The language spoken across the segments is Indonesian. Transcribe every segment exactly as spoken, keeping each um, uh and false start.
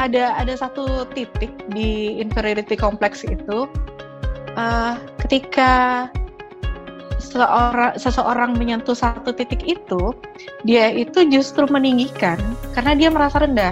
ada ada satu titik di inferiority complex itu uh, ketika seorang seseorang menyentuh satu titik itu, dia itu justru meninggikan karena dia merasa rendah.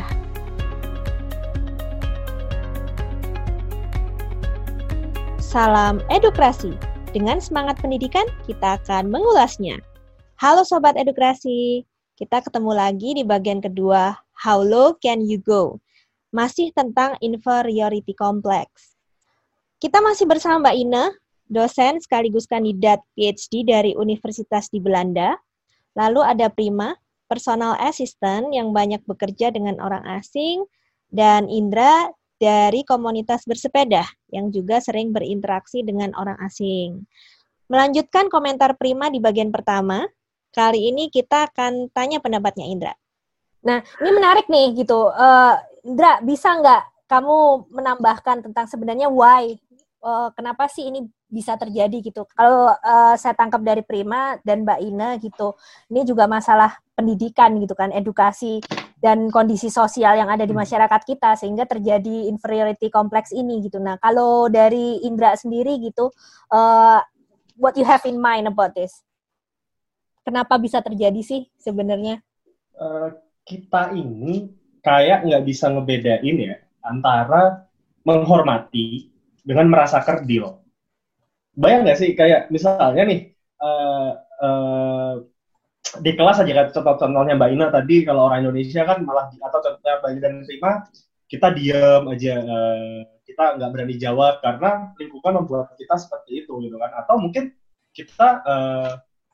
Salam edukasi. Dengan semangat pendidikan, kita akan mengulasnya. Halo Sobat Edukasi, kita ketemu lagi di bagian kedua, How Low Can You Go? Masih tentang inferiority complex. Kita masih bersama Mbak Ine, dosen sekaligus kandidat P H D dari Universitas di Belanda. Lalu ada Prima, personal assistant yang banyak bekerja dengan orang asing, dan Indra dari komunitas bersepeda yang juga sering berinteraksi dengan orang asing. Melanjutkan komentar Prima di bagian pertama, kali ini kita akan tanya pendapatnya Indra. Nah, ini menarik nih gitu. Uh, Indra, bisa nggak kamu menambahkan tentang sebenarnya why? Uh, kenapa sih ini bisa terjadi gitu? Kalau uh, saya tangkap dari Prima dan Mbak Ine gitu, ini juga masalah pendidikan gitu kan, edukasi dan kondisi sosial yang ada di masyarakat kita sehingga terjadi inferiority complex ini gitu. Nah, kalau dari Indra sendiri gitu, uh, what you have in mind about this? Kenapa bisa terjadi sih sebenarnya? Uh, kita ini kayak nggak bisa ngebedain ya antara menghormati dengan merasa kerdil. Bayang nggak sih kayak misalnya nih uh, uh, di kelas aja kan contoh-contohnya Mbak Ina tadi, kalau orang Indonesia kan malah, atau contohnya Mbak Ina dan Prima, kita diem aja, uh, kita nggak berani jawab karena lingkungan membuat kita seperti itu gitu kan, atau mungkin kita uh,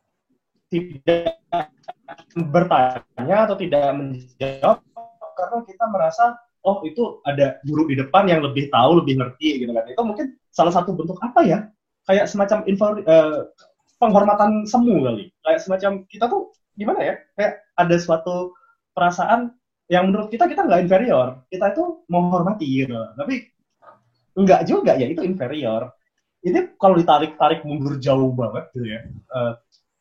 tidak bertanya atau tidak menjawab karena kita merasa oh itu ada guru di depan yang lebih tahu, lebih ngerti gitu kan. Itu mungkin salah satu bentuk apa ya, kayak semacam info, uh, penghormatan semu kali. Kayak semacam kita tuh gimana ya, kayak ada suatu perasaan yang menurut kita kita nggak inferior, kita itu menghormati gitu. Tapi nggak juga ya, itu inferior. Ini kalau ditarik-tarik mundur jauh banget gitu ya. Uh,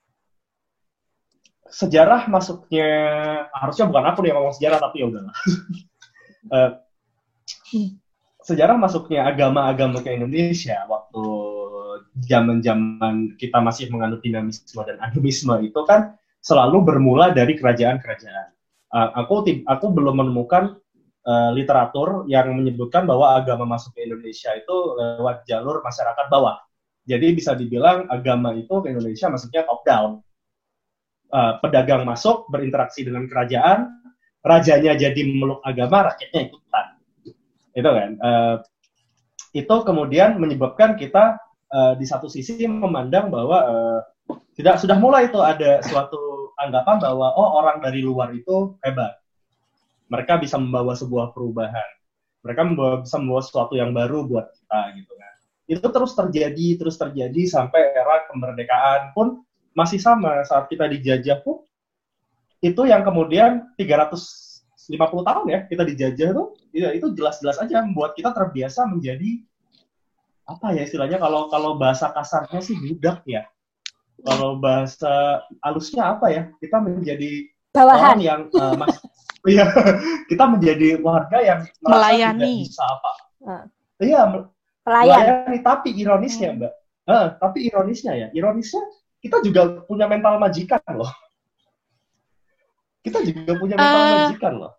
sejarah masuknya, harusnya bukan aku nih yang ngomong sejarah, tapi ya udahlah. uh, sejarah masuknya agama-agama ke Indonesia waktu zaman-zaman kita masih menganut dinamisme dan animisme itu kan selalu bermula dari kerajaan-kerajaan. Uh, aku aku belum menemukan uh, literatur yang menyebutkan bahwa agama masuk ke Indonesia itu lewat jalur masyarakat bawah. Jadi bisa dibilang agama itu ke Indonesia masuknya top down. Uh, pedagang masuk, berinteraksi dengan kerajaan, rajanya jadi memeluk agama, rakyatnya ikutan. Itu kan. Uh, itu kemudian menyebabkan kita uh, di satu sisi memandang bahwa uh, tidak sudah mulai itu ada suatu anggapan bahwa oh orang dari luar itu hebat. Mereka bisa membawa sebuah perubahan. Mereka membawa, bisa membawa sesuatu yang baru buat kita gitu kan. Itu terus terjadi, terus terjadi sampai era kemerdekaan pun masih sama. Saat kita dijajah pun itu yang kemudian tiga ratus lima puluh tahun ya kita dijajah tuh, ya, itu jelas-jelas aja membuat kita terbiasa menjadi apa ya istilahnya, kalau kalau bahasa kasarnya sih budak ya. Kalau bahasa halusnya apa ya? Kita menjadi bawahan orang yang uh, mas, ya, kita menjadi warga yang melayani. Tidak bisa apa. uh. Iya, pelayan. Melayani, tapi ironisnya, Mbak. Uh, tapi ironisnya ya, ironisnya kita juga punya mental majikan loh. Kita juga punya mental uh, majikan loh.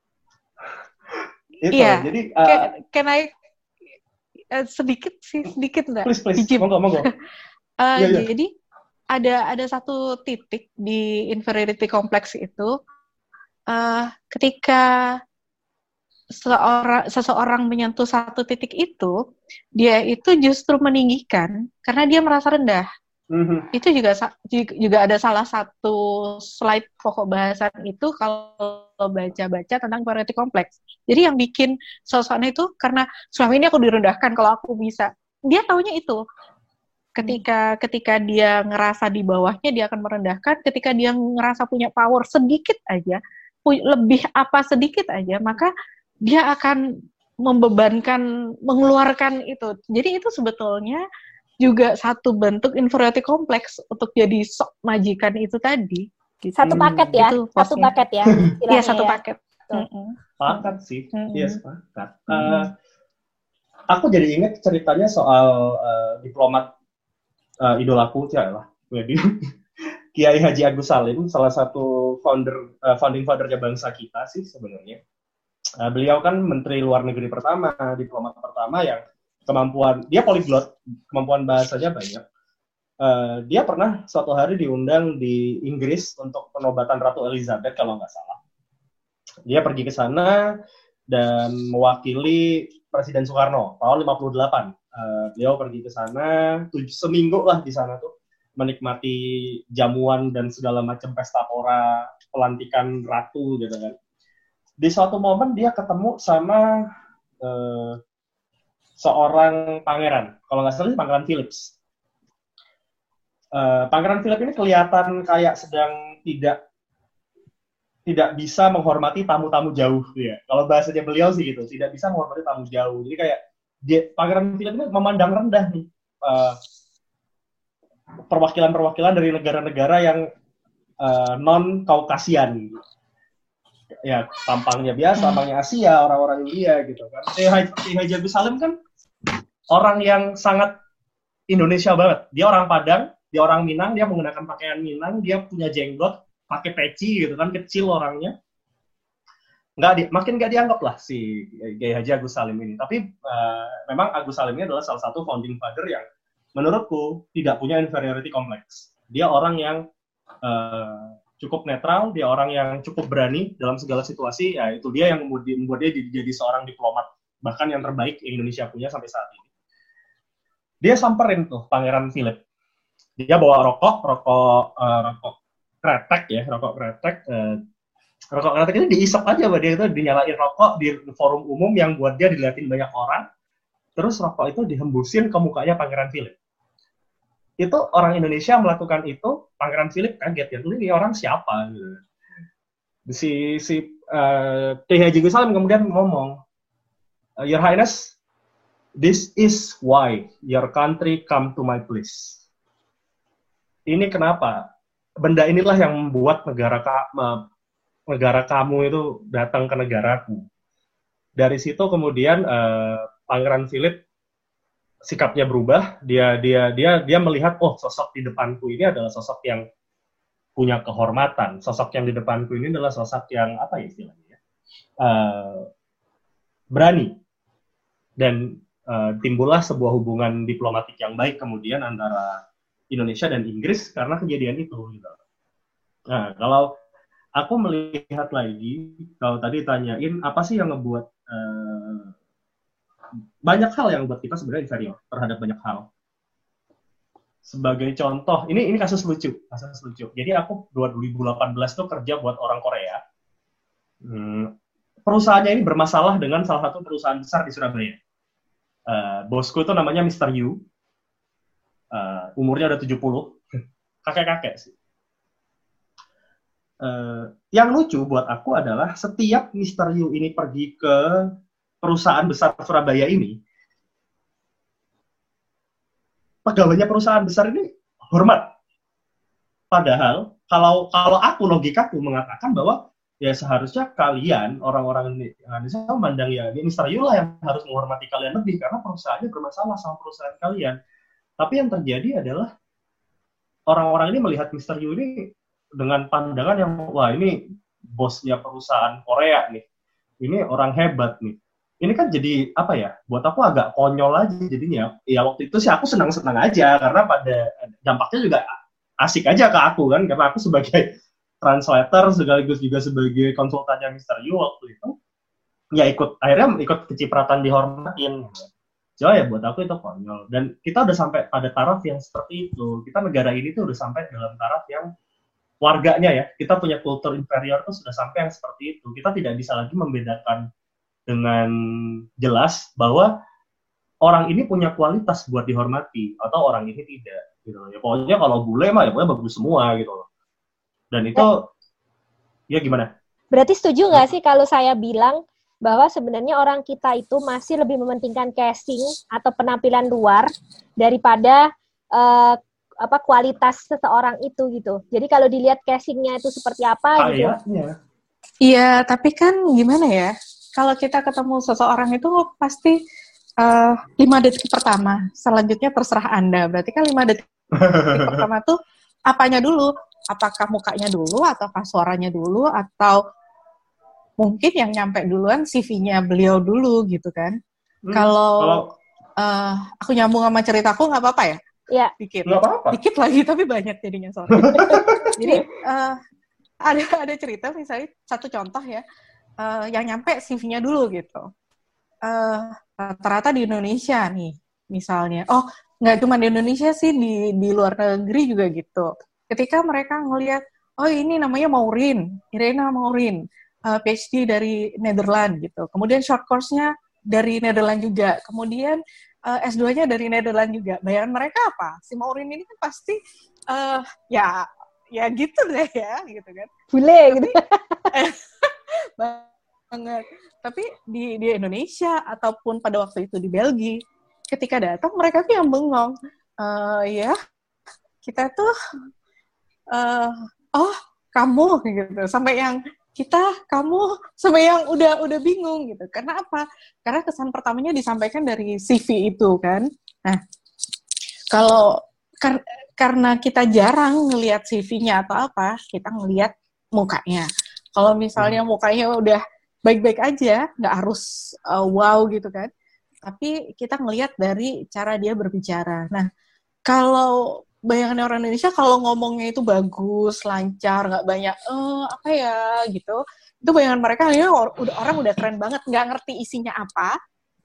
Itu, iya, jadi uh, can, can I uh, sedikit sih, sedikit enggak? Please, please, monggo, monggo. uh, yeah, yeah. Jadi ada ada satu titik di inferiority complex itu uh, ketika seorang seseorang menyentuh satu titik itu, dia itu justru meninggikan karena dia merasa rendah. Mm-hmm. Itu juga juga ada salah satu slide pokok bahasan itu kalau baca-baca tentang inferiority complex. Jadi yang bikin sosoknya itu karena selama ini aku direndahkan, kalau aku bisa. Dia taunya itu. Ketika ketika dia ngerasa di bawahnya, dia akan merendahkan. Ketika dia ngerasa punya power sedikit aja, lebih apa sedikit aja, maka dia akan membebankan, mengeluarkan itu. Jadi itu sebetulnya juga satu bentuk inferiority complex untuk jadi sok majikan itu tadi. Gitu. Satu paket ya, gitu, satu paket ya. Iya, satu ya. paket. betul. Sepakat sih, Mm-mm. iya sepakat. Uh, aku jadi ingat ceritanya soal uh, diplomat uh, idolaku, ya lah, Kiai Haji Agus Salim, salah satu founder, uh, founding fathernya bangsa kita sih sebenarnya. Uh, beliau kan Menteri Luar Negeri pertama, diplomat pertama yang kemampuan, dia polyglot, kemampuan bahasanya banyak. Uh, dia pernah suatu hari diundang di Inggris untuk penobatan Ratu Elizabeth kalau nggak salah. Dia pergi ke sana dan mewakili Presiden Soekarno tahun lima puluh delapan. Uh, beliau pergi ke sana tujuh seminggu lah di sana tuh menikmati jamuan dan segala macam pesta pora, pelantikan ratu gitu kan. Di suatu momen dia ketemu sama uh, seorang pangeran, kalau nggak salah Pangeran Philips. Uh, Pangeran Philip ini kelihatan kayak sedang tidak tidak bisa menghormati tamu-tamu jauh, ya. Kalau bahasanya beliau sih gitu, tidak bisa menghormati tamu jauh. Jadi kayak dia, Pangeran Philip ini memandang rendah nih uh, perwakilan-perwakilan dari negara-negara yang uh, non Kaukasian. Ya, tampangnya biasa, tampangnya Asia, orang-orang India gitu kan. Kiai Haji Agus Salim kan orang yang sangat Indonesia banget. Dia orang Padang. Dia orang Minang, dia menggunakan pakaian Minang, dia punya jenggot, pakai peci gitu kan, kecil orangnya. Nggak di, makin nggak dianggap lah si Kiai Haji Agus Salim ini. Tapi uh, memang Agus Salim ini adalah salah satu founding father yang menurutku tidak punya inferiority complex. Dia orang yang uh, cukup netral, dia orang yang cukup berani dalam segala situasi. Ya itu dia yang membuat dia jadi seorang diplomat, bahkan yang terbaik Indonesia punya sampai saat ini. Dia samperin tuh Pangeran Philip. Dia bawa rokok, rokok, uh, rokok kretek ya, rokok kretek. Uh, rokok kretek ini diisep aja, bah. Dia itu dinyalain rokok di forum umum yang buat dia dilihatin banyak orang. Terus rokok itu dihembusin ke mukanya Pangeran Philip. Itu orang Indonesia melakukan itu, Pangeran Philip kaget ya, ini orang siapa? Gitu. Si si uh, Kiai Haji Agus Salim kemudian ngomong, Your Highness, this is why your country come to my place. Ini kenapa? Benda inilah yang membuat negara ka, negara kamu itu datang ke negaraku. Dari situ kemudian uh, Pangeran Philip sikapnya berubah. Dia dia dia dia melihat, oh sosok di depanku ini adalah sosok yang punya kehormatan. Sosok yang di depanku ini adalah sosok yang apa ya istilahnya? Uh, berani. Dan uh, timbullah sebuah hubungan diplomatik yang baik kemudian antara Indonesia dan Inggris karena kejadian itu. Gitu. Nah, kalau aku melihat lagi, kalau tadi tanyain apa sih yang ngebuat uh, banyak hal yang buat kita sebenarnya inferior terhadap banyak hal. Sebagai contoh, ini ini kasus lucu, kasus lucu. Jadi aku dua ribu delapan belas tuh kerja buat orang Korea. Hmm, perusahaannya ini bermasalah dengan salah satu perusahaan besar di Surabaya. Uh, bosku itu namanya mister Yu. Uh, umurnya udah tujuh puluh, kakek-kakek sih. Uh, yang lucu buat aku adalah setiap mister Yu ini pergi ke perusahaan besar Surabaya ini, pegawainya perusahaan besar ini hormat. Padahal kalau kalau aku logikaku mengatakan bahwa ya seharusnya kalian orang-orang Indonesia memandang ya mister Yu lah yang harus menghormati kalian lebih karena perusahaannya bermasalah sama perusahaan kalian. Tapi yang terjadi adalah orang-orang ini melihat mister Yu ini dengan pandangan yang, wah ini bosnya perusahaan Korea nih. Ini orang hebat nih. Ini kan jadi, apa ya, buat aku agak konyol aja jadinya. Ya waktu itu sih aku senang-senang aja, karena pada dampaknya juga asik aja ke aku kan, karena aku sebagai translator, sekaligus juga sebagai konsultannya mister Yu waktu itu, ya ikut, akhirnya ikut kecipratan dihormatin. Cuma ya buat aku itu konyol. Dan kita udah sampai pada taraf yang seperti itu. Kita negara ini tuh udah sampai dalam taraf yang warganya ya, kita punya kultur inferior tuh sudah sampai yang seperti itu. Kita tidak bisa lagi membedakan dengan jelas bahwa orang ini punya kualitas buat dihormati atau orang ini tidak. Gitu. Ya pokoknya kalau bule mah ya pokoknya bagus semua gitu loh. Dan itu, ya gimana? Berarti setuju nggak sih kalau saya bilang bahwa sebenarnya orang kita itu masih lebih mementingkan casing atau penampilan luar daripada uh, apa kualitas seseorang itu gitu. Jadi kalau dilihat casingnya itu seperti apa kayaknya. gitu, Iya, tapi kan gimana ya? Kalau kita ketemu seseorang itu pasti uh, lima detik pertama, selanjutnya terserah Anda. Berarti kan lima detik pertama tuh apanya dulu? Apakah mukanya dulu, ataukah suaranya dulu, atau mungkin yang nyampe duluan C V-nya beliau dulu gitu kan? Hmm, kalau kalau uh, aku nyambung sama ceritaku nggak apa-apa ya? Iya. Dikit. Nggak apa-apa. Dikit lagi, tapi banyak jadinya soalnya. Jadi uh, ada ada cerita misalnya satu contoh ya, uh, yang nyampe C V-nya dulu gitu. Uh, rata-rata di Indonesia nih, misalnya. Oh, nggak cuma di Indonesia sih, di di luar negeri juga gitu. Ketika mereka ngelihat, oh ini namanya Maureen, Irena Maureen, uh, P H D dari Netherlands gitu. Kemudian short course-nya dari Netherlands juga. Kemudian uh, S dua-nya dari Netherlands juga. Bayangan mereka apa? Si Maureen ini kan pasti uh, ya ya gitu deh ya, gitu kan. Bule gitu. Banget. Tapi di di Indonesia ataupun pada waktu itu di Belgia, ketika datang mereka tuh yang bengong. Uh, ya, kita tuh uh, oh kamu gitu, sampai yang kita kamu sampai yang udah udah bingung gitu. Karena apa? Karena kesan pertamanya disampaikan dari C V itu kan. Nah, kalau kar- karena kita jarang ngelihat C V-nya atau apa, kita ngelihat mukanya. Kalau misalnya mukanya udah baik-baik aja, nggak harus uh, wow gitu kan. Tapi kita ngelihat dari cara dia berbicara. Nah, kalau bayangan orang Indonesia kalau ngomongnya itu bagus, lancar, nggak banyak eh apa ya gitu, itu bayangan mereka ini udah orang udah keren banget, nggak ngerti isinya apa,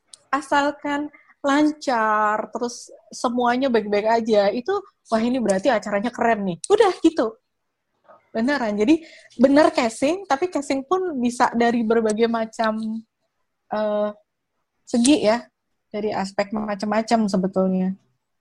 asalkan lancar, terus semuanya baik-baik aja, itu wah ini berarti acaranya keren nih, udah gitu. Beneran, jadi bener casing, tapi casing pun bisa dari berbagai macam uh, segi ya, dari aspek macam-macam sebetulnya.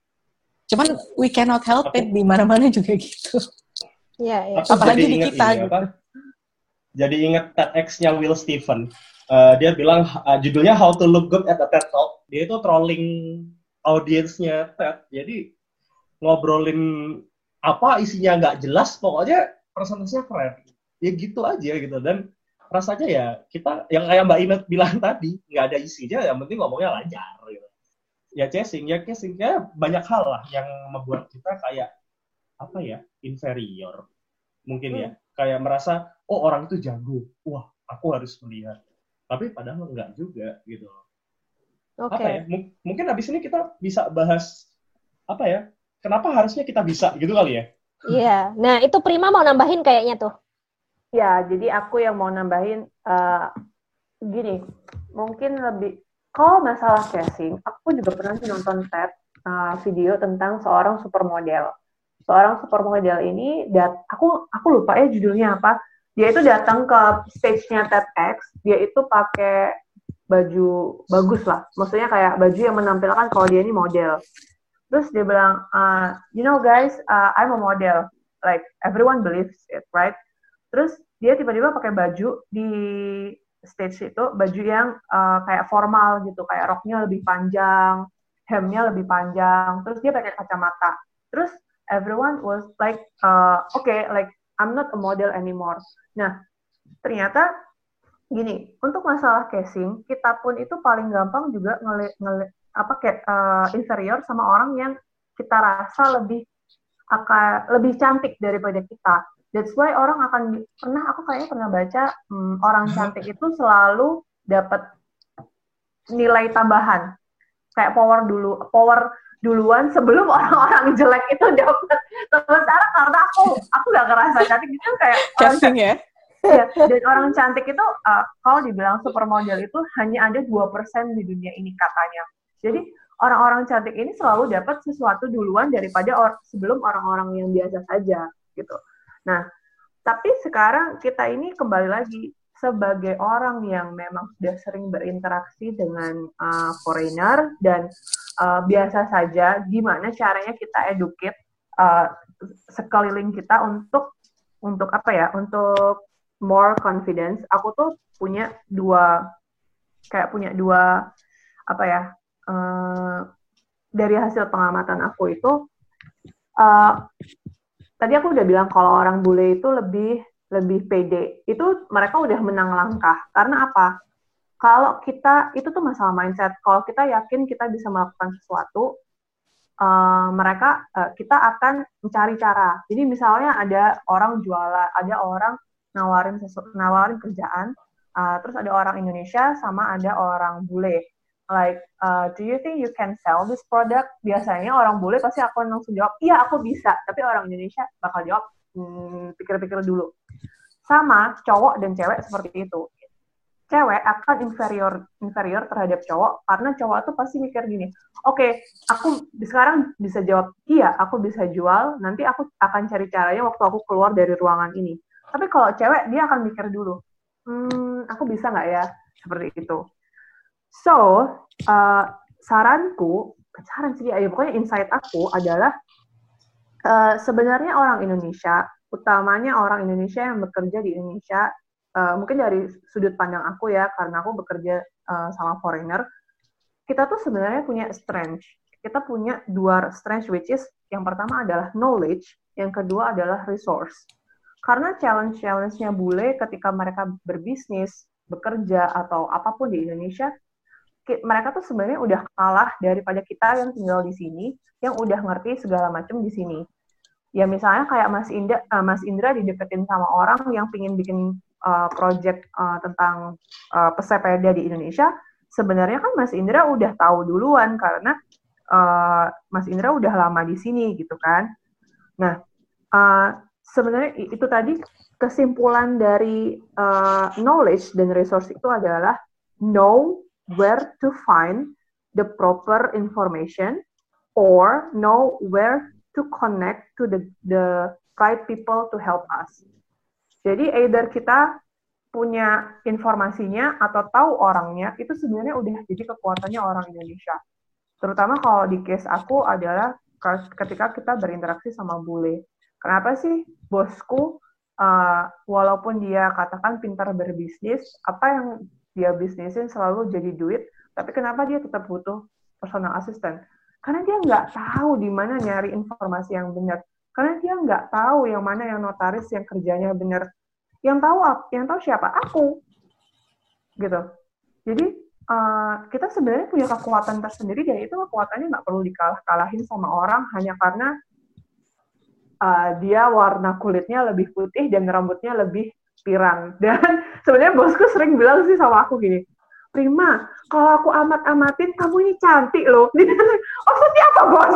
Cuman we cannot help it, di mana-mana juga gitu. Iya, iya. Apalagi di kita ini, gitu. Apa? Jadi ingat TEDx-nya Will Stephen. Uh, dia bilang uh, judulnya How to Look Good at a TED Talk. Dia itu trolling audiensnya TED. Jadi ngobrolin apa isinya nggak jelas, pokoknya presentasinya keren. Ya gitu aja gitu. Dan rasanya ya kita yang kayak Mbak Inet bilang tadi, nggak ada isinya, yang penting ngomongnya lancar gitu. Ya casing, ya casing, ya banyak hal lah yang membuat kita kayak apa ya, inferior mungkin hmm. ya, kayak merasa oh orang itu jago, wah aku harus melihat, tapi padahal enggak juga gitu. Okay. Apa ya, M- mungkin abis ini kita bisa bahas apa ya, kenapa harusnya kita bisa gitu kali ya. Iya, nah itu Prima mau nambahin kayaknya tuh. Ya, jadi aku yang mau nambahin uh, gini, mungkin lebih kalau masalah casing, aku juga pernah nonton TED uh, video tentang seorang supermodel. Seorang supermodel ini, dat- aku aku lupa ya judulnya apa. Dia itu datang ke stage-nya TEDx, dia itu pakai baju bagus lah. Maksudnya kayak baju yang menampilkan kalau dia ini model. Terus dia bilang, uh, you know guys, uh, I'm a model. Like everyone believes it, right? Terus dia tiba-tiba pakai baju di stage itu, baju yang uh, kayak formal gitu, kayak roknya lebih panjang, hemnya lebih panjang, terus dia pakai kacamata. Terus everyone was like, uh, okay, like I'm not a model anymore. Nah, ternyata gini, untuk masalah casing, kita pun itu paling gampang juga ngeli, ngeli, apa kayak uh, inferior sama orang yang kita rasa lebih akan lebih cantik daripada kita. That's why orang akan pernah aku kayaknya pernah baca hmm, orang cantik itu selalu dapat nilai tambahan kayak power dulu power duluan sebelum orang-orang jelek itu dapat. Sementara karena aku aku nggak ngerasa cantik itu kayak casting ya. Ya, dan orang cantik itu uh, kalau dibilang supermodel itu hanya ada dua persen di dunia ini katanya. Jadi orang-orang cantik ini selalu dapat sesuatu duluan daripada or- sebelum orang-orang yang biasa saja gitu. Nah, tapi sekarang kita ini kembali lagi sebagai orang yang memang sudah sering berinteraksi dengan uh, foreigner dan uh, biasa saja gimana caranya kita educate uh, sekeliling kita untuk untuk apa ya, untuk more confidence. Aku tuh punya dua kayak punya dua apa ya, uh, dari hasil pengamatan aku itu uh, tadi aku udah bilang kalau orang bule itu lebih lebih pede, itu mereka udah menang langkah. Karena apa? Kalau kita, itu tuh masalah mindset. Kalau kita yakin kita bisa melakukan sesuatu, uh, mereka, uh, kita akan mencari cara. Jadi misalnya ada orang jualan, ada orang nawarin sesu- nawarin kerjaan, uh, terus ada orang Indonesia sama ada orang bule. Like, uh, do you think you can sell this product? Biasanya orang bule pasti akan langsung jawab, iya aku bisa. Tapi orang Indonesia bakal jawab, hmm, pikir-pikir dulu. Sama cowok dan cewek seperti itu. Cewek akan inferior inferior terhadap cowok karena cowok tuh pasti mikir gini, oke, okay, aku sekarang bisa jawab iya, aku bisa jual, nanti aku akan cari caranya waktu aku keluar dari ruangan ini. Tapi kalau cewek dia akan mikir dulu, hmm, aku bisa nggak ya, seperti itu. So uh, saranku, saran sih, ya pokoknya insight aku adalah uh, sebenarnya orang Indonesia, utamanya orang Indonesia yang bekerja di Indonesia. Uh, mungkin dari sudut pandang aku ya, karena aku bekerja uh, sama foreigner, kita tuh sebenarnya punya strength. Kita punya dua strength, which is yang pertama adalah knowledge, yang kedua adalah resource. Karena challenge-challenge-nya bule ketika mereka berbisnis, bekerja, atau apapun di Indonesia, mereka tuh sebenarnya udah kalah daripada kita yang tinggal di sini, yang udah ngerti segala macam di sini. Ya misalnya kayak Mas Indra, uh, Mas Indra dideketin sama orang yang pingin bikin Uh, project uh, tentang uh, pesepeda di Indonesia, sebenarnya kan Mas Indra udah tahu duluan karena uh, Mas Indra udah lama di sini gitu kan. Nah, uh, sebenarnya itu tadi kesimpulan dari uh, knowledge dan resource itu adalah know where to find the proper information or know where to connect to the the right people to help us. Jadi either kita punya informasinya atau tahu orangnya, itu sebenarnya udah jadi kekuatannya orang Indonesia. Terutama kalau di case aku adalah ketika kita berinteraksi sama bule. Kenapa sih bosku, uh, walaupun dia katakan pintar berbisnis, apa yang dia bisnisin selalu jadi duit, tapi kenapa dia tetap butuh personal assistant? Karena dia nggak tahu di mana nyari informasi yang benar. Karena dia nggak tahu yang mana yang notaris yang kerjanya benar. Yang tahu yang tahu siapa? Aku. Gitu. Jadi uh, kita sebenarnya punya kekuatan tersendiri, dan itu kekuatannya nggak perlu dikalah-kalahin sama orang hanya karena uh, dia warna kulitnya lebih putih dan rambutnya lebih pirang. Dan sebenarnya bosku sering bilang sih sama aku gini, Prima, kalau aku amat-amatin kamu ini cantik loh. Maksudnya apa, bos?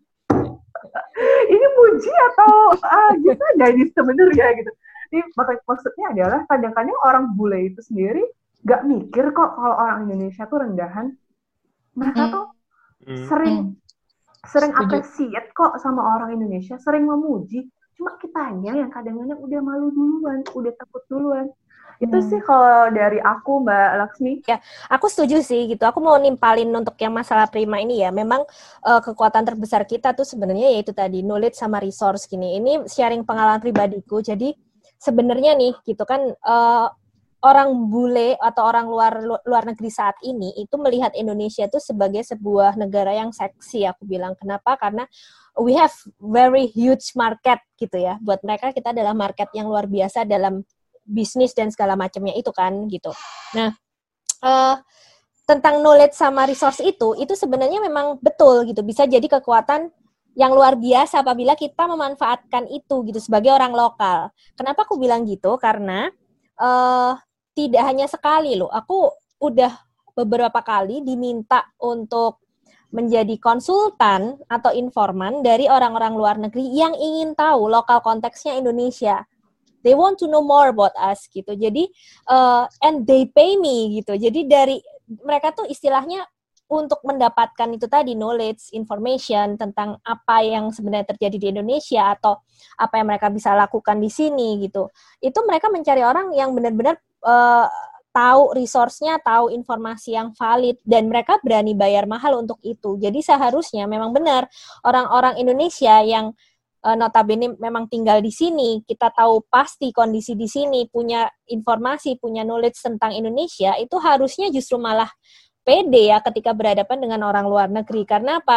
Ini muji atau ah, gitu aja ini sebenarnya gitu. Jadi maksudnya adalah kadang-kadang orang bule itu sendiri nggak mikir kok kalau orang Indonesia tuh rendahan. Mereka tuh mm. sering mm. sering appreciate kok sama orang Indonesia, sering memuji. Cuma kitanya yang kadang-kadang udah malu duluan, udah takut duluan. Itu hmm. sih kalau dari aku, Mbak Laksmi. Ya, aku setuju sih gitu. Aku mau nimpalin untuk yang masalah Prima ini ya. Memang uh, kekuatan terbesar kita tuh sebenarnya yaitu tadi knowledge sama resource gini. Ini sharing pengalaman pribadiku. Jadi sebenarnya nih gitu kan uh, orang bule atau orang luar luar negeri saat ini itu melihat Indonesia tuh sebagai sebuah negara yang seksi. Aku bilang kenapa? Karena we have very huge market gitu ya. Buat mereka kita adalah market yang luar biasa dalam bisnis dan segala macamnya itu kan gitu. Nah, uh, tentang knowledge sama resource itu, itu sebenarnya memang betul gitu. Bisa jadi kekuatan yang luar biasa apabila kita memanfaatkan itu gitu sebagai orang lokal. Kenapa aku bilang gitu? Karena uh, tidak hanya sekali loh. Aku udah beberapa kali diminta untuk menjadi konsultan atau informan dari orang-orang luar negeri yang ingin tahu lokal konteksnya Indonesia. They want to know more about us gitu. Jadi uh, and they pay me gitu. Jadi dari mereka tuh istilahnya untuk mendapatkan itu tadi knowledge, information tentang apa yang sebenarnya terjadi di Indonesia atau apa yang mereka bisa lakukan di sini gitu. Itu mereka mencari orang yang benar-benar uh, tahu resource-nya, tahu informasi yang valid dan mereka berani bayar mahal untuk itu. Jadi seharusnya memang benar orang-orang Indonesia yang Uh, notabene memang tinggal di sini, kita tahu pasti kondisi di sini, punya informasi, punya knowledge tentang Indonesia, itu harusnya justru malah pede ya ketika berhadapan dengan orang luar negeri. Karena apa?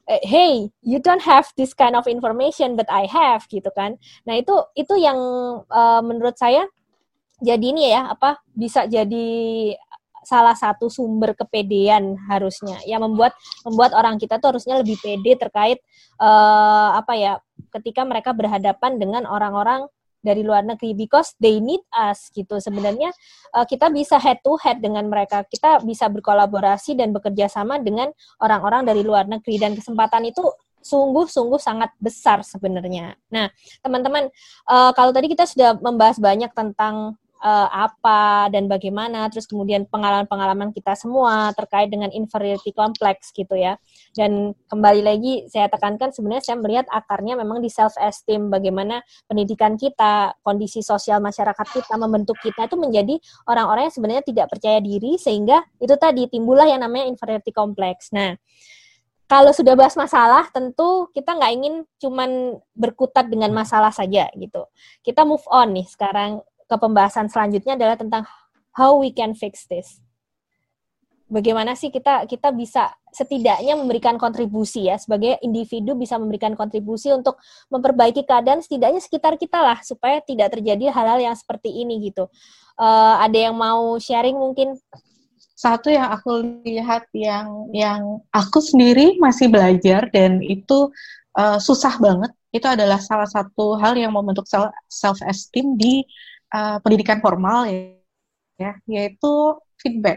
hey, you don't have this kind of information but I have gitu kan. Nah, itu itu yang uh, menurut saya jadi ini ya, apa bisa jadi salah satu sumber kepedean harusnya yang membuat membuat orang kita tuh harusnya lebih pede terkait uh, apa ya, ketika mereka berhadapan dengan orang-orang dari luar negeri, because they need us gitu. Sebenarnya uh, kita bisa head to head dengan mereka, kita bisa berkolaborasi dan bekerja sama dengan orang-orang dari luar negeri, dan kesempatan itu sungguh-sungguh sangat besar sebenarnya. Nah, teman-teman, uh, kalau tadi kita sudah membahas banyak tentang Uh, apa dan bagaimana, terus kemudian pengalaman-pengalaman kita semua terkait dengan inferiority complex gitu ya. Dan kembali lagi saya tekankan, sebenarnya saya melihat akarnya memang di self-esteem, bagaimana pendidikan kita, kondisi sosial masyarakat kita membentuk kita itu menjadi orang-orang yang sebenarnya tidak percaya diri, sehingga itu tadi timbullah yang namanya inferiority complex. Nah, kalau sudah bahas masalah, tentu kita nggak ingin cuman berkutat dengan masalah saja gitu. Kita move on nih sekarang. Ke pembahasan selanjutnya adalah tentang how we can fix this. Bagaimana sih kita kita bisa setidaknya memberikan kontribusi ya, sebagai individu bisa memberikan kontribusi untuk memperbaiki keadaan setidaknya sekitar kita lah, supaya tidak terjadi hal-hal yang seperti ini gitu. Uh, ada yang mau sharing mungkin? Satu yang aku lihat yang yang aku sendiri masih belajar dan itu uh, susah banget, itu adalah salah satu hal yang membentuk self esteem di Uh, pendidikan formal ya, ya, yaitu feedback.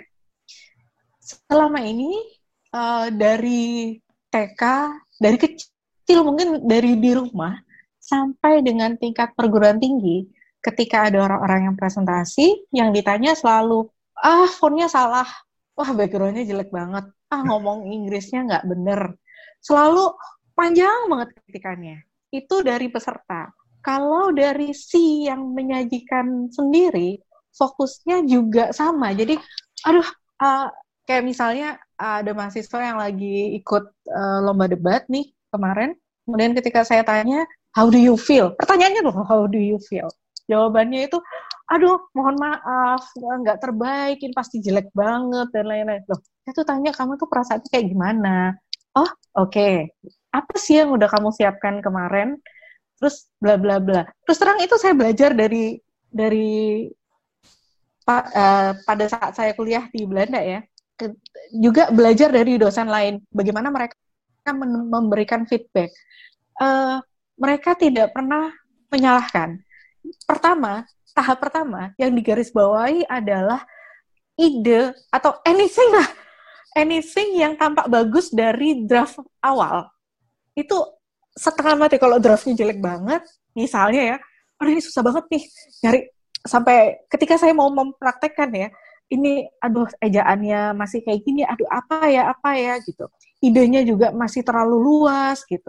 Selama ini uh, dari T K, dari kecil mungkin dari di rumah sampai dengan tingkat perguruan tinggi, ketika ada orang-orang yang presentasi, yang ditanya selalu, ah fontnya salah, wah background-nya jelek banget, ah ngomong Inggrisnya nggak bener, selalu panjang banget kritikannya. Itu dari peserta. Kalau dari si yang menyajikan sendiri, fokusnya juga sama. Jadi, aduh, uh, kayak misalnya uh, ada mahasiswa yang lagi ikut uh, lomba debat nih kemarin, kemudian ketika saya tanya, how do you feel? Pertanyaannya loh, how do you feel? Jawabannya itu, aduh, mohon maaf, nggak terbaik, ini pasti jelek banget, dan lain-lain. Loh, saya tuh tanya, kamu tuh perasaannya kayak gimana? Oh, oke. Okay. Apa sih yang udah kamu siapkan kemarin? Terus bla bla bla. Terus terang itu saya belajar dari dari pa, uh, pada saat saya kuliah di Belanda ya, ke, juga belajar dari dosen lain bagaimana mereka men- memberikan feedback. Uh, mereka tidak pernah menyalahkan. Pertama, tahap pertama yang digarisbawahi adalah ide atau anything lah, anything yang tampak bagus dari draft awal itu setengah mati. Kalau draftnya jelek banget, misalnya ya, aduh ini susah banget nih nyari, sampai ketika saya mau mempraktekkan ya, ini aduh ejaannya masih kayak gini, aduh apa ya apa ya gitu, idenya juga masih terlalu luas gitu,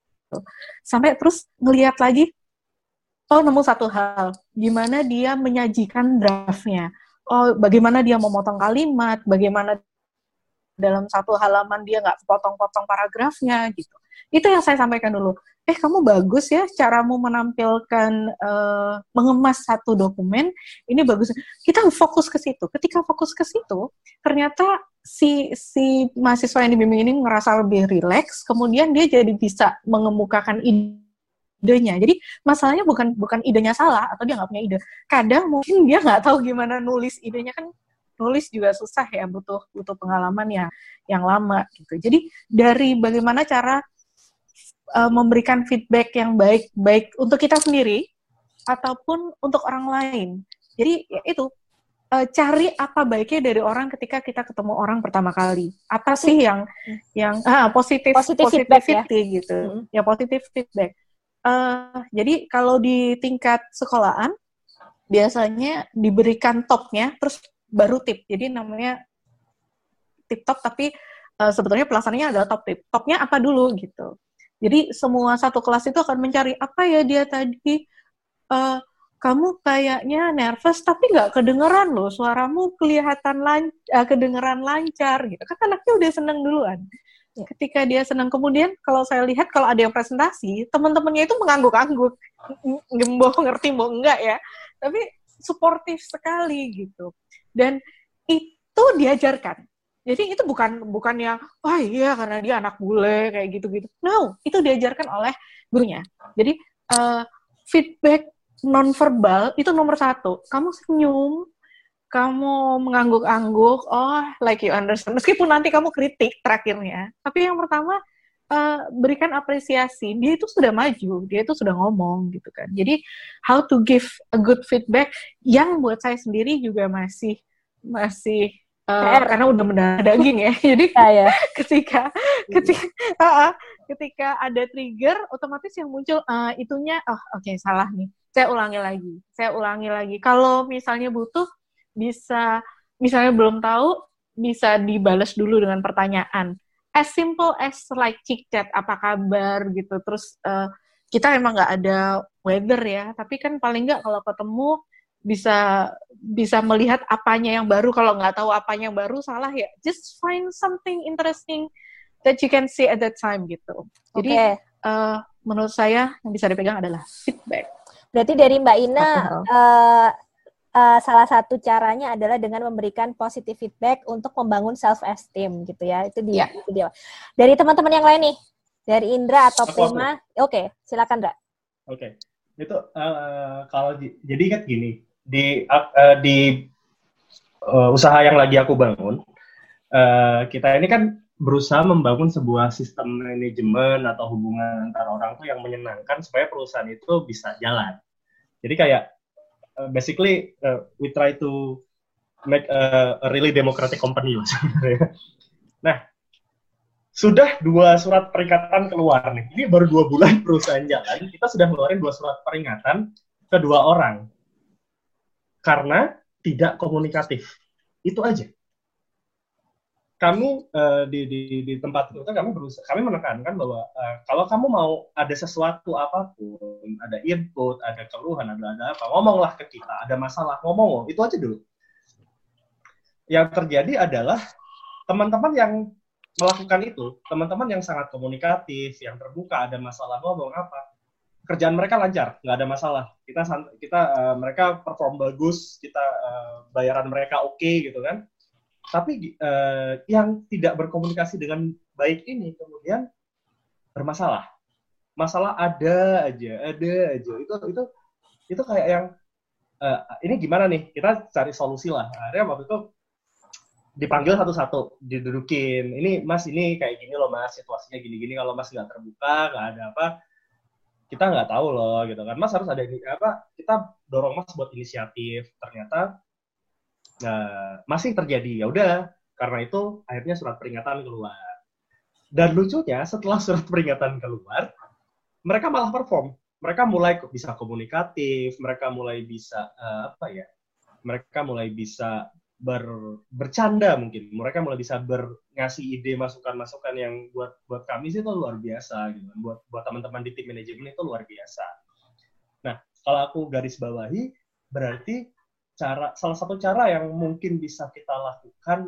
sampai terus ngelihat lagi, oh nemu satu hal, gimana dia menyajikan draftnya, oh bagaimana dia memotong kalimat, bagaimana dalam satu halaman dia nggak potong-potong paragrafnya gitu. Itu yang saya sampaikan dulu. Eh, kamu bagus ya caramu menampilkan, uh, mengemas satu dokumen, ini bagus. Kita fokus ke situ. Ketika fokus ke situ, ternyata si si mahasiswa yang dibimbing ini ngerasa lebih rileks, kemudian dia jadi bisa mengemukakan idenya. Jadi masalahnya bukan bukan idenya salah atau dia nggak punya ide. Kadang mungkin dia nggak tahu gimana nulis idenya, kan nulis juga susah ya, butuh butuh pengalaman ya yang lama gitu. Jadi dari bagaimana cara uh, memberikan feedback yang baik baik untuk kita sendiri ataupun untuk orang lain. Jadi ya itu, uh, cari apa baiknya dari orang ketika kita ketemu orang pertama kali. Apa sih yang yang ah, positif positif feedback ya gitu. Hmm. Ya positif feedback. Uh, jadi kalau di tingkat sekolahan biasanya diberikan topnya terus baru tip. Jadi namanya tip top, tapi uh, sebetulnya pelaksanaannya adalah top tip. Topnya apa dulu gitu. Jadi semua satu kelas itu akan mencari apa ya dia tadi, uh, kamu kayaknya nervous tapi nggak kedengeran loh, suaramu kelihatan lan- uh, kedengeran lancar gitu. Kan anaknya udah seneng duluan. Ketika dia senang, kemudian kalau saya lihat kalau ada yang presentasi, teman-temannya itu mengangguk-angguk, gemboh ngerti mau enggak ya, tapi suportif sekali gitu. Dan itu diajarkan. Jadi itu bukan bukan yang wah iya karena dia anak bule kayak gitu-gitu. No, itu diajarkan oleh gurunya. Jadi uh, feedback nonverbal itu nomor satu. Kamu senyum, kamu mengangguk-angguk, oh like you understand. Meskipun nanti kamu kritik terakhirnya, tapi yang pertama uh, berikan apresiasi. Dia itu sudah maju, dia itu sudah ngomong gitu kan. Jadi how to give a good feedback yang buat saya sendiri juga masih masih Uh, karena udah mendarah daging ya, jadi ya, ya. ketika ketika uh, uh, ketika ada trigger, otomatis yang muncul uh, itunya, oh oke okay, salah nih, saya ulangi lagi, saya ulangi lagi. Kalau misalnya butuh, bisa misalnya belum tahu, bisa dibalas dulu dengan pertanyaan, as simple as like chit chat, apa kabar gitu. Terus uh, kita emang nggak ada weather ya, tapi kan paling nggak kalau ketemu bisa bisa melihat apanya yang baru. Kalau nggak tahu apanya yang baru, salah ya, just find something interesting that you can see at that time gitu. Jadi okay. uh, menurut saya yang bisa dipegang adalah feedback. Berarti dari Mbak Ina uh, uh, salah satu caranya adalah dengan memberikan positive feedback untuk membangun self esteem gitu ya. Itu dia. Yeah. Itu dia. Dari teman-teman yang lain nih, dari Indra atau Prima, oke, okay, silakan Indra. Oke, okay. Itu uh, kalau di, jadi kan gini. Di uh, di uh, usaha yang lagi aku bangun, uh, kita ini kan berusaha membangun sebuah sistem manajemen atau hubungan antara orang tuh yang menyenangkan supaya perusahaan itu bisa jalan. Jadi kayak uh, basically uh, we try to make a, a really democratic company lah sebenarnya. Nah, sudah dua surat peringatan keluar nih. Ini baru dua bulan perusahaan jalan, kita sudah ngeluarin dua surat peringatan ke dua orang. Karena tidak komunikatif. Itu aja. Kamu uh, di, di, di tempat itu kan kami berusaha, kami menekankan bahwa uh, kalau kamu mau ada sesuatu apapun, ada input, ada keluhan, ada ada apa, ngomonglah ke kita. Ada masalah, ngomong. Itu aja dulu. Yang terjadi adalah teman-teman yang melakukan itu, teman-teman yang sangat komunikatif, yang terbuka, ada masalah ngomong apa, kerjaan mereka lancar, nggak ada masalah. Kita kita uh, mereka perform bagus, kita uh, bayaran mereka oke okay, gitu kan. Tapi uh, yang tidak berkomunikasi dengan baik ini kemudian bermasalah. Masalah ada aja, ada aja. Itu itu itu kayak yang uh, ini gimana nih? Kita cari solusi lah. Akhirnya waktu itu dipanggil satu-satu, didudukin. Ini Mas, ini kayak gini loh Mas, situasinya gini-gini. Kalau Mas nggak terbuka, nggak ada apa, kita nggak tahu loh gitu kan. Mas harus ada apa, kita dorong Mas buat inisiatif. Ternyata nah, masih terjadi. Ya udah, karena itu akhirnya surat peringatan keluar. Dan lucunya setelah surat peringatan keluar, mereka malah perform. Mereka mulai bisa komunikatif, mereka mulai bisa uh, apa ya? Mereka mulai bisa ber, bercanda mungkin. Mereka mulai bisa ber, ngasih ide, masukan-masukan yang buat buat kami sih itu luar biasa gitu. Buat buat teman-teman di tim manajemen itu luar biasa. Nah, kalau aku garis bawahi, berarti cara salah satu cara yang mungkin bisa kita lakukan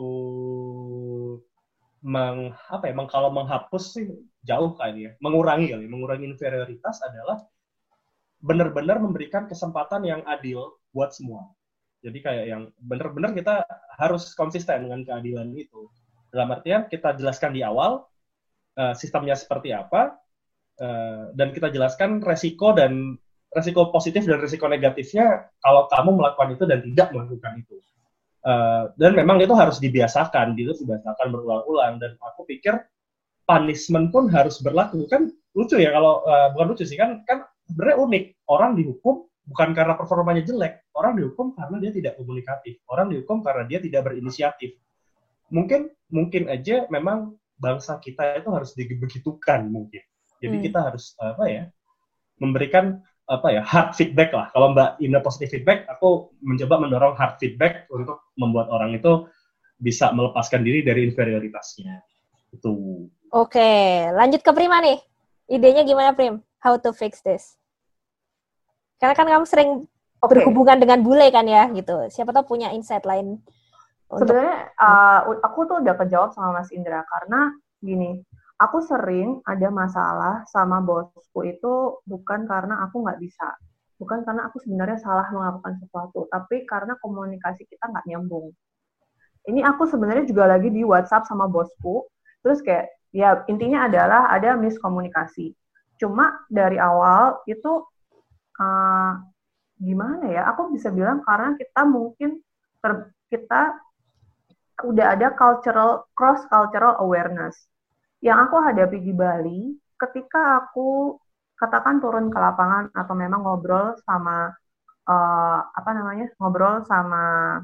untuk meng, apa ya, meng, kalau menghapus sih jauh kali ya, mengurangi kali, mengurangi inferioritas adalah benar-benar memberikan kesempatan yang adil buat semua. Jadi kayak yang benar-benar kita harus konsisten dengan keadilan itu. Dalam artian kita jelaskan di awal uh, sistemnya seperti apa, uh, dan kita jelaskan resiko dan resiko positif dan resiko negatifnya kalau kamu melakukan itu dan tidak melakukan itu. Uh, dan memang itu harus dibiasakan, itu dibiasakan berulang-ulang. Dan aku pikir punishment pun harus berlaku. Kan lucu ya kalau, uh, bukan lucu sih, kan kan sebenarnya unik. Orang dihukum bukan karena performanya jelek, orang dihukum karena dia tidak komunikatif, orang dihukum karena dia tidak berinisiatif. Mungkin mungkin aja memang bangsa kita itu harus dibegitukan mungkin. Jadi hmm. kita harus apa ya, memberikan apa ya, hard feedback lah. Kalau Mbak Ina positive feedback, aku mencoba mendorong hard feedback untuk membuat orang itu bisa melepaskan diri dari inferioritasnya. Itu. Oke, lanjut ke Prima nih. Idenya gimana Prim? How to fix this? Karena kan kamu sering okay. berhubungan dengan bule kan ya, gitu. Siapa tahu punya insight lain. Untuk... Sebenarnya uh, aku tuh udah kejawab sama Mas Indra, karena gini, aku sering ada masalah sama bosku itu bukan karena aku nggak bisa, bukan karena aku sebenarnya salah melakukan sesuatu, tapi karena komunikasi kita nggak nyambung. ini aku sebenarnya juga lagi di WhatsApp sama bosku, terus kayak ya intinya adalah ada miskomunikasi. Cuma dari awal itu uh, gimana ya? Aku bisa bilang karena kita mungkin ter, kita udah ada cultural cross cultural awareness. Yang aku hadapi di Bali, ketika aku katakan turun ke lapangan atau memang ngobrol sama uh, apa namanya ngobrol sama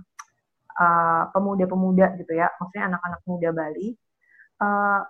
uh, pemuda-pemuda gitu ya, maksudnya anak-anak muda Bali, uh,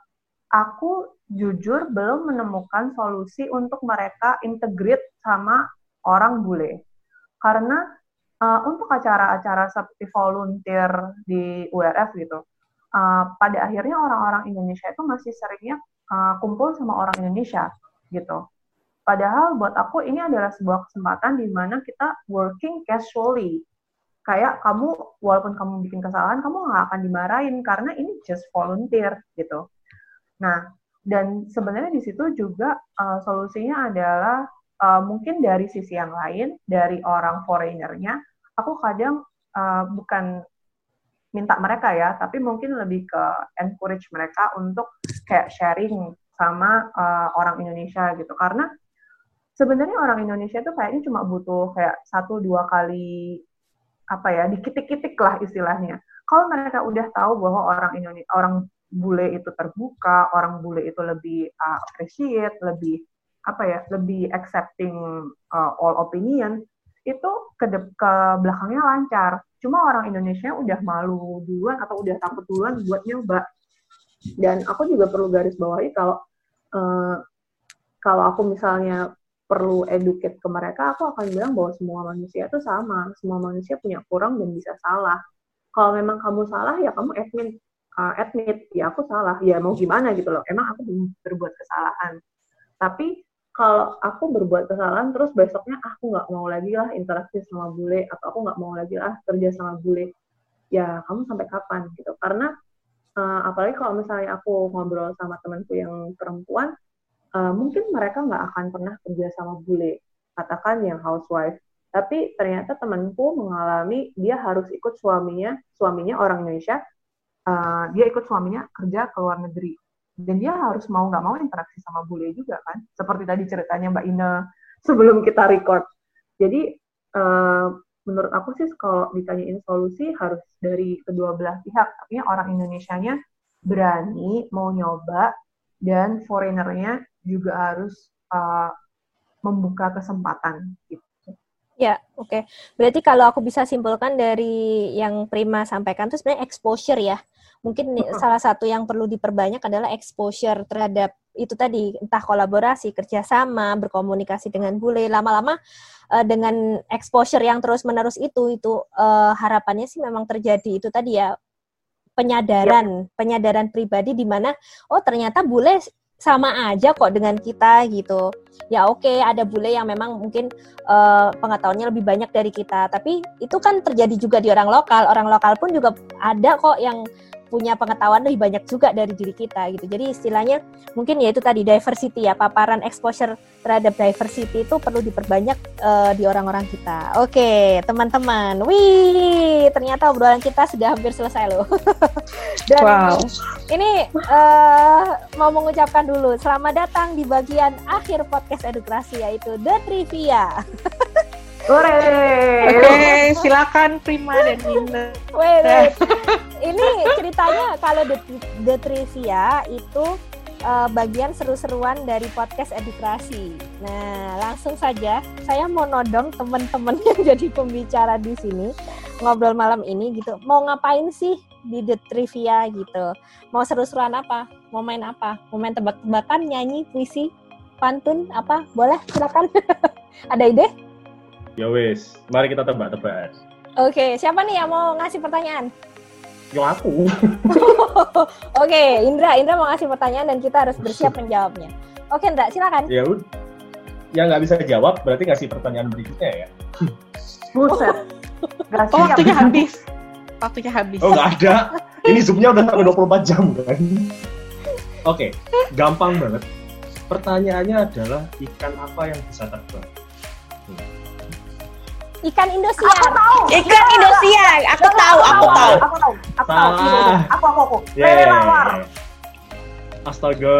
aku jujur belum menemukan solusi untuk mereka integrate sama orang bule. Karena uh, untuk acara-acara seperti volunteer di U R F gitu, uh, pada akhirnya orang-orang Indonesia itu masih seringnya uh, kumpul sama orang Indonesia gitu. Padahal buat aku ini adalah sebuah kesempatan di mana kita working casually. Kayak kamu, walaupun kamu bikin kesalahan, kamu nggak akan dimarahin karena ini just volunteer gitu. Nah, dan sebenarnya di situ juga uh, solusinya adalah uh, mungkin dari sisi yang lain, dari orang foreigner-nya, aku kadang uh, bukan minta mereka ya, tapi mungkin lebih ke encourage mereka untuk kayak sharing sama uh, orang Indonesia gitu. Karena sebenarnya orang Indonesia itu kayaknya cuma butuh kayak satu dua kali apa ya, dikitik-kitik lah istilahnya. Kalau mereka udah tahu bahwa orang Indonesia, orang bule itu terbuka, orang bule itu lebih uh, appreciate, lebih apa ya, lebih accepting uh, all opinion, itu ke, de- ke belakangnya lancar. Cuma orang Indonesia udah malu duluan atau udah takut duluan buat nyoba. Dan aku juga perlu garis bawahi kalau uh, kalau aku misalnya perlu educate ke mereka, aku akan bilang bahwa semua manusia itu sama, semua manusia punya kurang dan bisa salah. Kalau memang kamu salah, ya kamu admit, uh, admit, ya aku salah, ya mau gimana gitu loh, emang aku berbuat kesalahan. Tapi kalau aku berbuat kesalahan, terus besoknya aku nggak mau lagi lah interaksi sama bule, atau aku nggak mau lagi lah kerja sama bule, ya kamu sampai kapan gitu. Karena uh, apalagi kalau misalnya aku ngobrol sama temanku yang perempuan, Uh, mungkin mereka nggak akan pernah kerja sama bule, katakan yang housewife. Tapi ternyata temanku mengalami dia harus ikut suaminya, suaminya orang Indonesia, uh, dia ikut suaminya kerja ke luar negeri. Dan dia harus mau nggak mau interaksi sama bule juga kan. Seperti tadi ceritanya Mbak Ina sebelum kita record. Jadi uh, menurut aku sih kalau ditanyain solusi harus dari kedua belah pihak. Artinya orang Indonesianya berani mau nyoba, dan foreigner-nya juga harus uh, membuka kesempatan gitu. Ya, oke. Okay. Berarti kalau aku bisa simpulkan dari yang Prima sampaikan itu sebenarnya exposure ya. Mungkin uh-huh. salah satu yang perlu diperbanyak adalah exposure terhadap itu tadi, entah kolaborasi, kerjasama, berkomunikasi dengan bule. Lama-lama uh, dengan exposure yang terus-menerus itu, itu uh, harapannya sih memang terjadi itu tadi ya, penyadaran, ya. penyadaran pribadi di mana oh ternyata bule sama aja kok dengan kita gitu. Ya oke, okay, ada bule yang memang mungkin uh, pengetahuannya lebih banyak dari kita, tapi itu kan terjadi juga di orang lokal. Orang lokal pun juga ada kok yang punya pengetahuan lebih banyak juga dari diri kita gitu. Jadi istilahnya mungkin ya itu tadi diversity ya, paparan exposure terhadap diversity itu perlu diperbanyak uh, di orang-orang kita. Oke, teman-teman. Wih, ternyata obrolan kita sudah hampir selesai loh. Dan wow. Ini uh, mau mengucapkan dulu selamat datang di bagian akhir podcast Edukrasi, yaitu The Trivia. Oke, okay, silakan Prima dan Ina. Wait, wait. Ini ceritanya kalau The, The Trivia itu uh, bagian seru-seruan dari podcast Edukrasi. Nah, langsung saja saya mau nodong teman-teman yang jadi pembicara di sini ngobrol malam ini gitu. Mau ngapain sih di The Trivia gitu? Mau seru-seruan apa? Mau main apa? Mau main tebak-tebakan, nyanyi, puisi, pantun, apa? Boleh, silakan. Ada ide? Ya wis, mari kita tebak-tebakan. Oke, siapa nih yang mau ngasih pertanyaan? Yo aku. Oke, Indra, Indra mau ngasih pertanyaan dan kita harus bersiap menjawabnya. Oke, Indra, silakan. Ya udah. Yang nggak bisa jawab berarti ngasih pertanyaan berikutnya ya. Buset. Gak oh, waktunya habis. Waktunya habis. Oh, nggak ada. Ini Zoom-nya udah sampai dua puluh empat jam kan. Oke, gampang banget. Pertanyaannya adalah ikan apa yang bisa terbang? Ikan Indosiar. Aku tahu. Ikan Indosiar. Aku tahu, aku tahu. Aku tahu. Aku tahu. Salah. Aku aku aku. Lele Yeah. lawar. Astaga.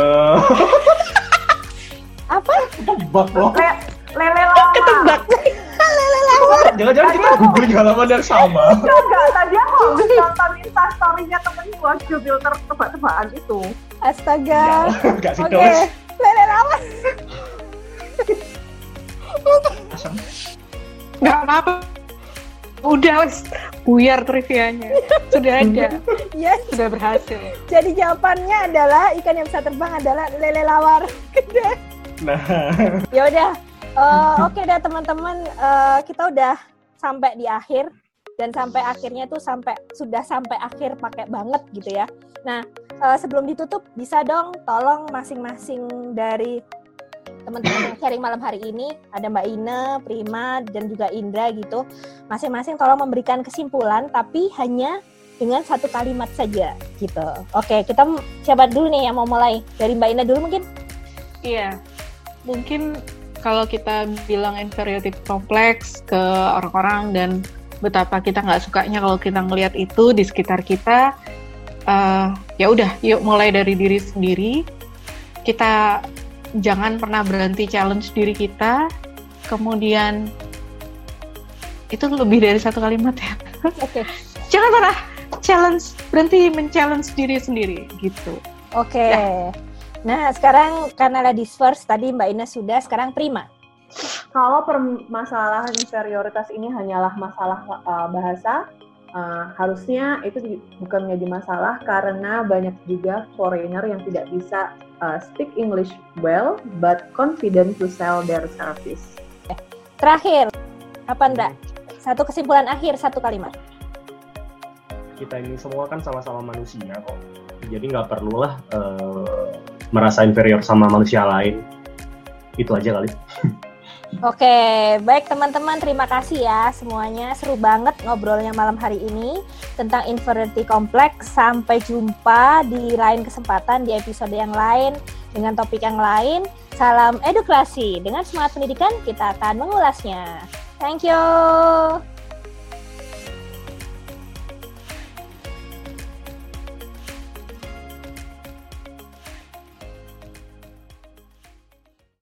Apa? Ketebak loh. Le- Lele lawar. Ketebak. Jangan-jangan kita googling halaman yang sama. Enggak, tadi aku habis nonton Instastory-nya temen gua judul tebak-tebakan itu. Astaga. Enggak sih, Oke. Dos. Lele lawar. Asam. Nggak apa-apa. Udah, wes. Buyar trivianya. Sudah ada. Yes. Sudah berhasil. Jadi jawabannya adalah ikan yang bisa terbang adalah lele lawar. Nah, Ya udah. Eh, Oke deh teman-teman, Eh, kita udah sampai di akhir dan sampai akhirnya tuh sampai sudah sampai akhir pakai banget gitu ya. Nah, eh, sebelum ditutup bisa dong tolong masing-masing dari teman-teman yang sharing malam hari ini, ada Mbak Ine, Prima, dan juga Indra gitu. Masing-masing tolong memberikan kesimpulan tapi hanya dengan satu kalimat saja gitu. Oke, kita m- siapa dulu nih yang mau mulai? Dari Mbak Ine dulu mungkin? Iya. Mungkin kalau kita bilang inferiority complex ke orang-orang dan betapa kita nggak sukanya kalau kita ngelihat itu di sekitar kita, uh, ya udah, yuk mulai dari diri sendiri. Kita jangan pernah berhenti challenge diri kita. Kemudian itu lebih dari satu kalimat ya. Oke. Jangan pernah challenge, berhenti men-challenge diri sendiri gitu. Oke. Nah, sekarang karena ladies first, tadi Mbak Ina sudah, sekarang Prima. Kalau permasalahan inferioritas ini hanyalah masalah uh, bahasa, uh, harusnya itu di- bukan menjadi masalah karena banyak juga foreigner yang tidak bisa uh, speak English well but confident to sell their service. Terakhir, apa Ndra? Satu kesimpulan akhir, satu kalimat. kita ini semua kan sama-sama manusia kok. Jadi nggak perlulah uh, merasa inferior sama manusia lain. Itu aja kali. Oke, baik teman-teman, terima kasih ya semuanya. Seru banget ngobrolnya malam hari ini tentang inferiority complex. Sampai jumpa di lain kesempatan di episode yang lain dengan topik yang lain. Salam edukasi. Dengan semangat pendidikan kita akan mengulasnya. Thank you.